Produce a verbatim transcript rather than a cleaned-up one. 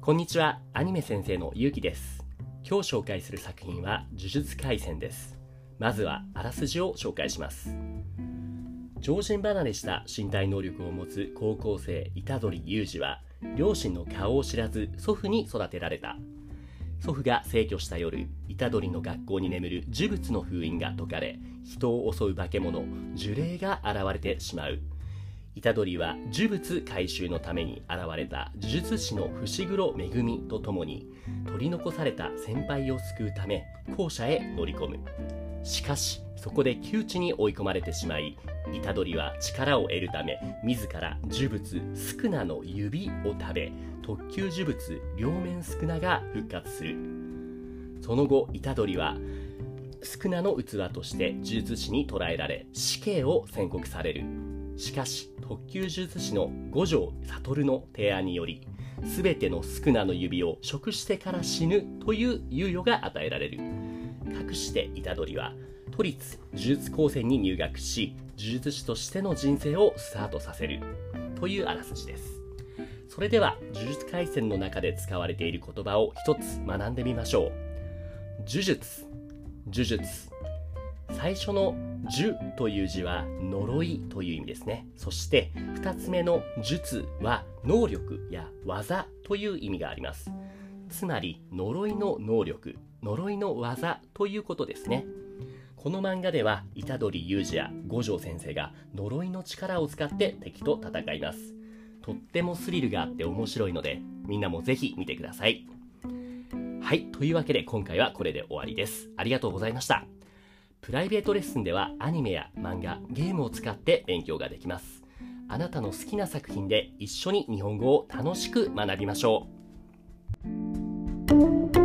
こんにちは、アニメ先生のゆうきです。今日紹介する作品は呪術廻戦です。まずはあらすじを紹介します。常人離れした身体能力を持つ高校生虎杖裕二は、両親の顔を知らず祖父に育てられた。祖父が逝去した夜、虎杖の学校に眠る呪物の封印が解かれ、人を襲う化け物呪霊が現れてしまう。虎杖は呪物回収のために現れた呪術師の伏黒恵と共に、取り残された先輩を救うため校舎へ乗り込む。しかしそこで窮地に追い込まれてしまい、虎杖は力を得るため自ら呪物宿儺の指を食べ、特級呪物両面宿儺が復活する。その後虎杖は宿儺の器として呪術師に捕らえられ、死刑を宣告される。しかし特級呪術師の五条悟の提案により、すべての宿儺の指を食してから死ぬという猶予が与えられる。かくして虎杖は都立呪術高専に入学し、呪術師としての人生をスタートさせるというあらすじです。それでは呪術廻戦の中で使われている言葉を一つ学んでみましょう。呪術、呪術。最初の呪という字は呪いという意味ですね。そして二つ目の術は能力や技という意味があります。つまり呪いの能力、呪いの技ということですね。この漫画では虎杖裕二や五条先生が呪いの力を使って敵と戦います。とってもスリルがあって面白いので、みんなもぜひ見てください。はい、というわけで今回はこれで終わりです。ありがとうございました。プライベートレッスンではアニメや漫画、ゲームを使って勉強ができます。あなたの好きな作品で一緒に日本語を楽しく学びましょう。